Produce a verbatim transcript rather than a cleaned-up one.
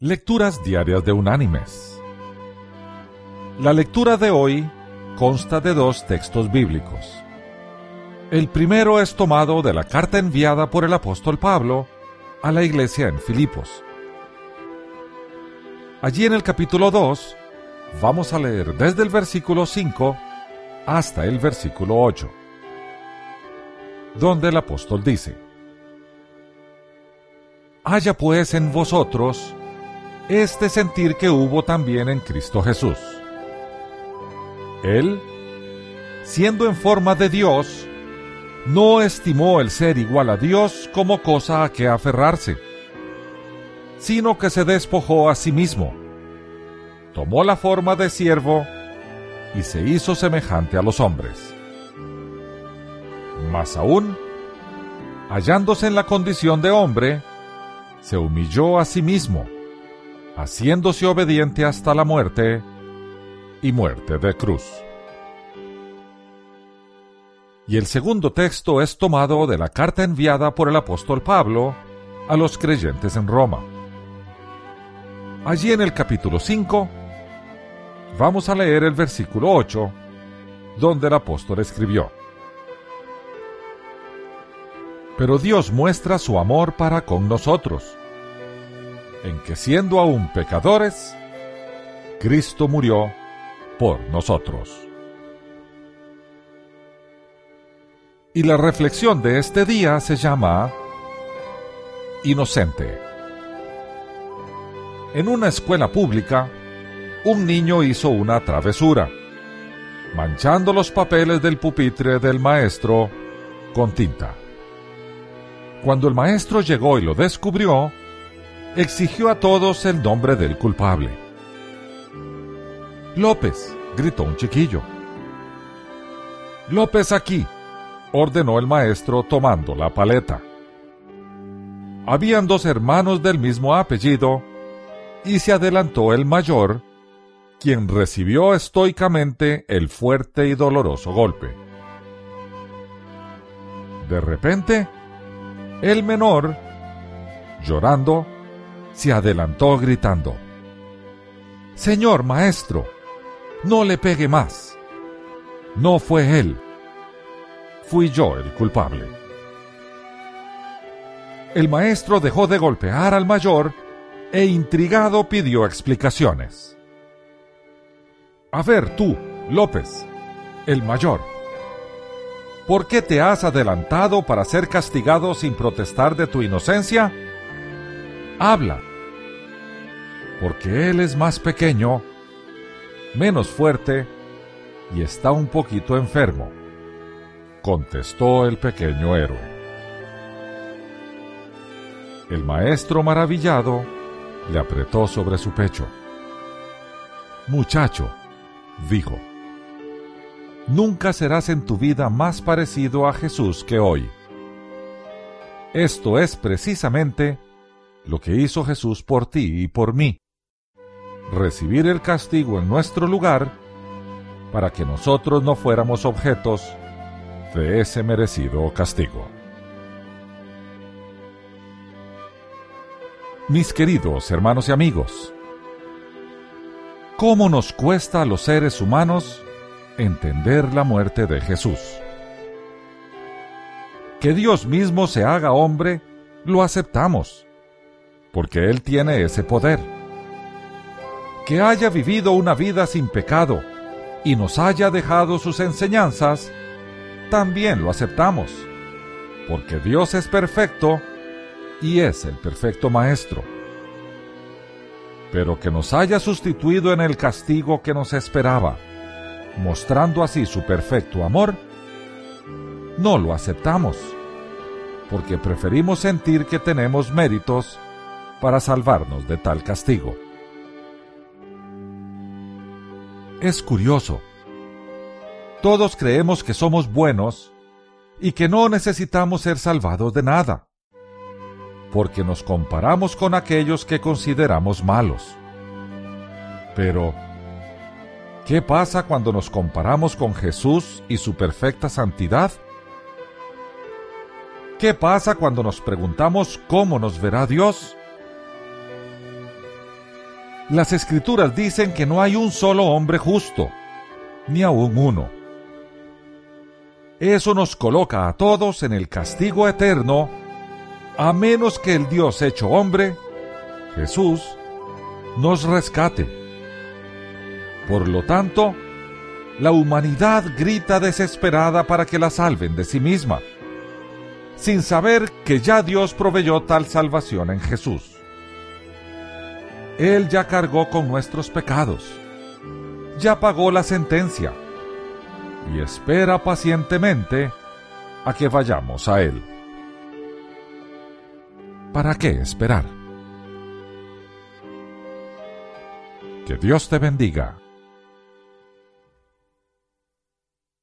Lecturas diarias de Unánimes. La lectura de hoy consta de dos textos bíblicos. El primero es tomado de la carta enviada por el apóstol Pablo a la iglesia en Filipos. Allí en el capítulo dos vamos a leer desde el versículo cinco hasta el versículo ocho, donde el apóstol dice: Haya pues en vosotros este sentir que hubo también en Cristo Jesús. Él, siendo en forma de Dios, no estimó el ser igual a Dios como cosa a que aferrarse, sino que se despojó a sí mismo, tomó la forma de siervo y se hizo semejante a los hombres. Más aún, hallándose en la condición de hombre, se humilló a sí mismo, haciéndose obediente hasta la muerte y muerte de cruz. Y el segundo texto es tomado de la carta enviada por el apóstol Pablo a los creyentes en Roma. Allí en el capítulo cinco vamos a leer el versículo ocho, donde el apóstol escribió: Pero Dios muestra su amor para con nosotros, en que siendo aún pecadores, Cristo murió por nosotros. Y la reflexión de este día se llama Inocente. En una escuela pública, un niño hizo una travesura, manchando los papeles del pupitre del maestro con tinta. Cuando el maestro llegó y lo descubrió, exigió a todos el nombre del culpable. López, gritó un chiquillo. López aquí, ordenó el maestro tomando la paleta. Habían dos hermanos del mismo apellido, y se adelantó el mayor, quien recibió estoicamente el fuerte y doloroso golpe. De repente, el menor, llorando, se adelantó gritando: Señor maestro, no le pegue más. No fue él. Fui yo el culpable. El maestro dejó de golpear al mayor e intrigado pidió explicaciones. A ver tú, López, el mayor, ¿por qué te has adelantado para ser castigado sin protestar de tu inocencia? Habla. Porque él es más pequeño, menos fuerte y está un poquito enfermo, contestó el pequeño héroe. El maestro, maravillado, le apretó sobre su pecho. Muchacho, dijo, nunca serás en tu vida más parecido a Jesús que hoy. Esto es precisamente lo que hizo Jesús por ti y por mí: recibir el castigo en nuestro lugar para que nosotros no fuéramos objetos de ese merecido castigo. Mis queridos hermanos y amigos, ¿cómo nos cuesta a los seres humanos entender la muerte de Jesús? Que Dios mismo se haga hombre, lo aceptamos, porque Él tiene ese poder. Que haya vivido una vida sin pecado y nos haya dejado sus enseñanzas, también lo aceptamos, porque Dios es perfecto y es el perfecto Maestro. Pero que nos haya sustituido en el castigo que nos esperaba, mostrando así su perfecto amor, no lo aceptamos, porque preferimos sentir que tenemos méritos para salvarnos de tal castigo. Es curioso. Todos creemos que somos buenos y que no necesitamos ser salvados de nada, porque nos comparamos con aquellos que consideramos malos. Pero, ¿qué pasa cuando nos comparamos con Jesús y su perfecta santidad? ¿Qué pasa cuando nos preguntamos cómo nos verá Dios? Las Escrituras dicen que no hay un solo hombre justo, ni aun uno. Eso nos coloca a todos en el castigo eterno, a menos que el Dios hecho hombre, Jesús, nos rescate. Por lo tanto, la humanidad grita desesperada para que la salven de sí misma, sin saber que ya Dios proveyó tal salvación en Jesús. Él ya cargó con nuestros pecados, ya pagó la sentencia, y espera pacientemente a que vayamos a Él. ¿Para qué esperar? Que Dios te bendiga.